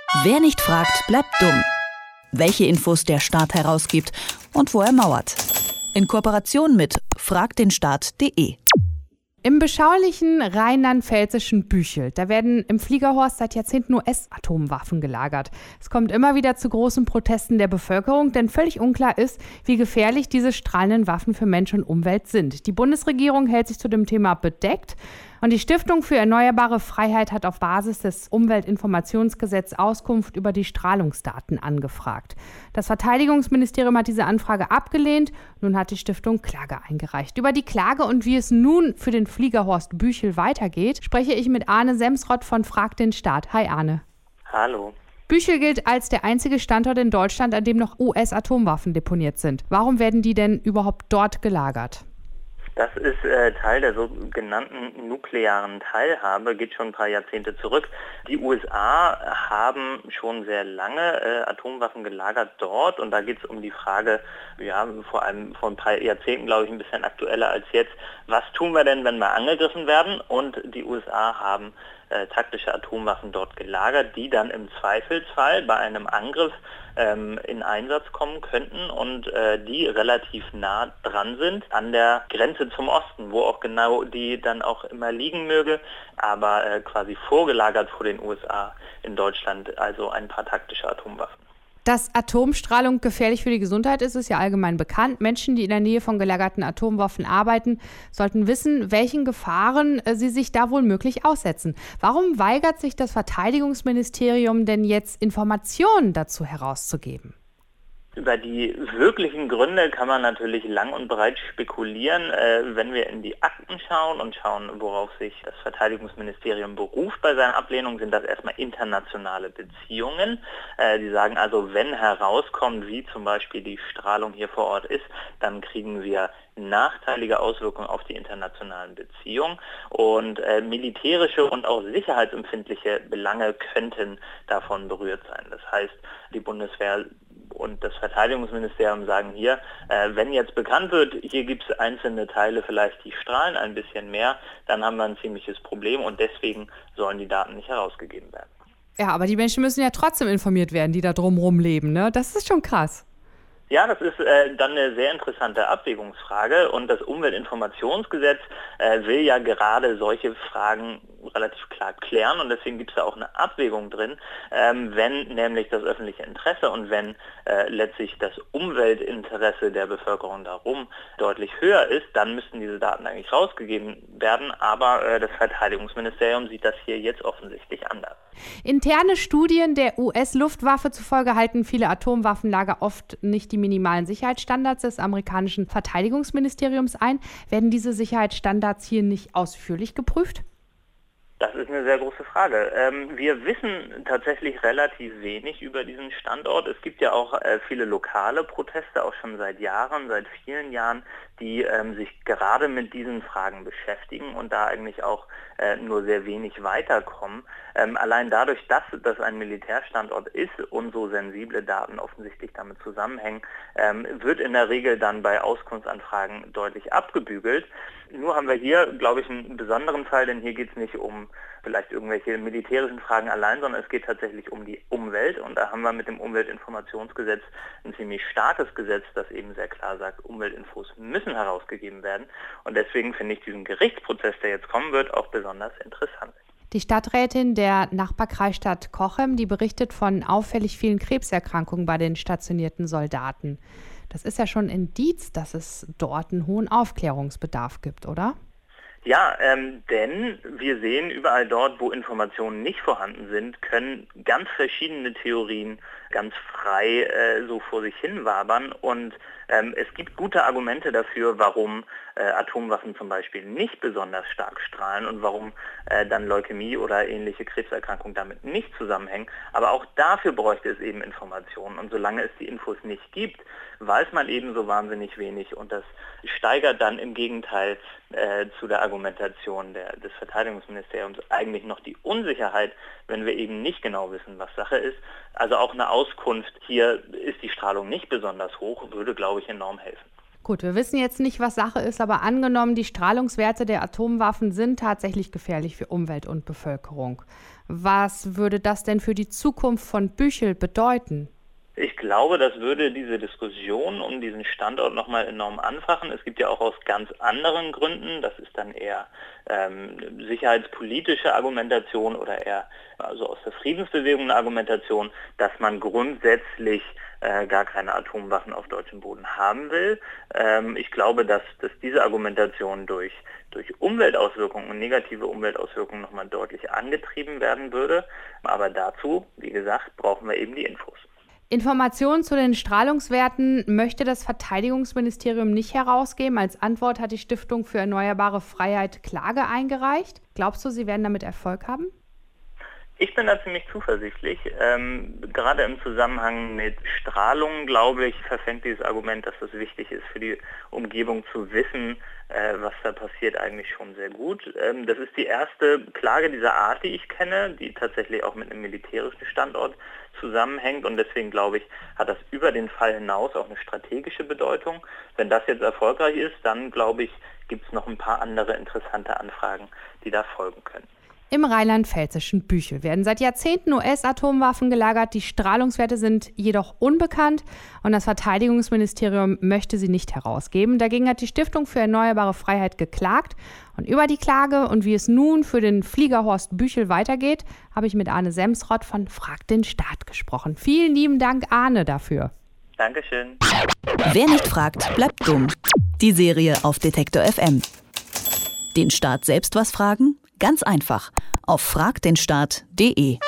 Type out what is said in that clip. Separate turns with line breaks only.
Wer nicht fragt, bleibt dumm. Welche Infos der Staat herausgibt und wo er mauert. In Kooperation mit fragdenstaat.de.
Im beschaulichen rheinland-pfälzischen Büchel, da werden im Fliegerhorst seit Jahrzehnten US-Atomwaffen gelagert. Es kommt immer wieder zu großen Protesten der Bevölkerung, denn völlig unklar ist, wie gefährlich diese strahlenden Waffen für Mensch und Umwelt sind. Die Bundesregierung hält sich zu dem Thema bedeckt. Und die Stiftung für erneuerbare Freiheit hat auf Basis des Umweltinformationsgesetzes Auskunft über die Strahlungsdaten angefragt. Das Verteidigungsministerium hat diese Anfrage abgelehnt. Nun hat die Stiftung Klage eingereicht. Über die Klage und wie es nun für den Fliegerhorst Büchel weitergeht, spreche ich mit Arne Semsrott von Frag den Staat. Hi Arne.
Hallo.
Büchel gilt als der einzige Standort in Deutschland, an dem noch US-Atomwaffen deponiert sind. Warum werden die denn überhaupt dort gelagert?
Das ist Teil der sogenannten nuklearen Teilhabe, geht schon ein paar Jahrzehnte zurück. Die USA haben schon sehr lange Atomwaffen gelagert dort und da geht es um die Frage, vor allem vor ein paar Jahrzehnten, glaube ich, ein bisschen aktueller als jetzt, was tun wir denn, wenn wir angegriffen werden? Und die USA haben taktische Atomwaffen dort gelagert, die dann im Zweifelsfall bei einem Angriff in Einsatz kommen könnten und die relativ nah dran sind an der Grenze zum Osten, wo auch genau die dann auch immer liegen möge, aber quasi vorgelagert vor den USA in Deutschland, also ein paar taktische Atomwaffen.
Dass Atomstrahlung gefährlich für die Gesundheit ist, ist ja allgemein bekannt. Menschen, die in der Nähe von gelagerten Atomwaffen arbeiten, sollten wissen, welchen Gefahren sie sich da wohl möglich aussetzen. Warum weigert sich das Verteidigungsministerium denn jetzt, Informationen dazu herauszugeben?
Über die wirklichen Gründe kann man natürlich lang und breit spekulieren. Wenn wir in die Akten schauen und schauen, worauf sich das Verteidigungsministerium beruft bei seiner Ablehnung, sind das erstmal internationale Beziehungen. Die sagen also, wenn herauskommt, wie zum Beispiel die Strahlung hier vor Ort ist, dann kriegen wir nachteilige Auswirkungen auf die internationalen Beziehungen und militärische und auch sicherheitsempfindliche Belange könnten davon berührt sein. Das heißt, die Bundeswehr und das Verteidigungsministerium sagen hier, wenn jetzt bekannt wird, hier gibt es einzelne Teile vielleicht, die strahlen ein bisschen mehr, dann haben wir ein ziemliches Problem und deswegen sollen die Daten nicht herausgegeben werden.
Ja, aber die Menschen müssen ja trotzdem informiert werden, die da drumherum leben, ne? Das ist schon krass.
Ja, das ist dann eine sehr interessante Abwägungsfrage und das Umweltinformationsgesetz will ja gerade solche Fragen relativ klar klären und deswegen gibt es da auch eine Abwägung drin, wenn nämlich das öffentliche Interesse und wenn letztlich das Umweltinteresse der Bevölkerung darum deutlich höher ist, dann müssten diese Daten eigentlich rausgegeben werden, aber das Verteidigungsministerium sieht das hier jetzt offensichtlich anders.
Interne Studien der US-Luftwaffe zufolge halten viele Atomwaffenlager oft nicht die minimalen Sicherheitsstandards des amerikanischen Verteidigungsministeriums ein. Werden diese Sicherheitsstandards hier nicht ausführlich geprüft?
Das ist eine sehr große Frage. Wir wissen tatsächlich relativ wenig über diesen Standort. Es gibt ja auch viele lokale Proteste, auch schon seit Jahren, seit vielen Jahren, die sich gerade mit diesen Fragen beschäftigen und da eigentlich auch nur sehr wenig weiterkommen. Allein dadurch, dass das ein Militärstandort ist und so sensible Daten offensichtlich damit zusammenhängen, wird in der Regel dann bei Auskunftsanfragen deutlich abgebügelt. Nur haben wir hier, glaube ich, einen besonderen Fall, denn hier geht es nicht um vielleicht irgendwelche militärischen Fragen allein, sondern es geht tatsächlich um die Umwelt und da haben wir mit dem Umweltinformationsgesetz ein ziemlich starkes Gesetz, das eben sehr klar sagt, Umweltinfos müssen herausgegeben werden und deswegen finde ich diesen Gerichtsprozess, der jetzt kommen wird, auch besonders interessant.
Die Stadträtin der Nachbarkreisstadt Cochem, die berichtet von auffällig vielen Krebserkrankungen bei den stationierten Soldaten. Das ist ja schon ein Indiz, dass es dort einen hohen Aufklärungsbedarf gibt, oder?
Ja, denn wir sehen überall dort, wo Informationen nicht vorhanden sind, können ganz verschiedene Theorien ganz frei so vor sich hin wabern und es gibt gute Argumente dafür, warum Atomwaffen zum Beispiel nicht besonders stark strahlen und warum dann Leukämie oder ähnliche Krebserkrankungen damit nicht zusammenhängen. Aber auch dafür bräuchte es eben Informationen und solange es die Infos nicht gibt, weiß man eben so wahnsinnig wenig und das steigert dann im Gegenteil zu der Argumentation des Verteidigungsministeriums eigentlich noch die Unsicherheit, wenn wir eben nicht genau wissen, was Sache ist. Also auch eine Auskunft, hier ist die Strahlung nicht besonders hoch, würde, glaube ich, enorm helfen.
Gut, wir wissen jetzt nicht, was Sache ist, aber angenommen, die Strahlungswerte der Atomwaffen sind tatsächlich gefährlich für Umwelt und Bevölkerung. Was würde das denn für die Zukunft von Büchel bedeuten?
Ich glaube, das würde diese Diskussion um diesen Standort nochmal enorm anfachen. Es gibt ja auch aus ganz anderen Gründen, das ist dann eher sicherheitspolitische Argumentation oder eher also aus der Friedensbewegung eine Argumentation, dass man grundsätzlich gar keine Atomwaffen auf deutschem Boden haben will. Ich glaube, dass diese Argumentation durch Umweltauswirkungen und negative Umweltauswirkungen nochmal deutlich angetrieben werden würde. Aber dazu, wie gesagt, brauchen wir eben die Infos.
Informationen zu den Strahlungswerten möchte das Verteidigungsministerium nicht herausgeben. Als Antwort hat die Stiftung für Erneuerbare Freiheit Klage eingereicht. Glaubst du, sie werden damit Erfolg haben?
Ich bin da ziemlich zuversichtlich. Gerade im Zusammenhang mit Strahlung, glaube ich, verfängt dieses Argument, dass es wichtig ist, für die Umgebung zu wissen, was da passiert, eigentlich schon sehr gut. Das ist die erste Klage dieser Art, die ich kenne, die tatsächlich auch mit einem militärischen Standort zusammenhängt. Und deswegen, glaube ich, hat das über den Fall hinaus auch eine strategische Bedeutung. Wenn das jetzt erfolgreich ist, dann, glaube ich, gibt es noch ein paar andere interessante Anfragen, die da folgen können.
Im rheinland-pfälzischen Büchel werden seit Jahrzehnten US-Atomwaffen gelagert. Die Strahlungswerte sind jedoch unbekannt und das Verteidigungsministerium möchte sie nicht herausgeben. Dagegen hat die Stiftung für Erneuerbare Freiheit geklagt. Und über die Klage und wie es nun für den Fliegerhorst Büchel weitergeht, habe ich mit Arne Semsrott von Frag den Staat gesprochen. Vielen lieben Dank, Arne, dafür.
Dankeschön.
Wer nicht fragt, bleibt dumm. Die Serie auf Detektor FM. Den Staat selbst was fragen? Ganz einfach. Auf fragdenstaat.de.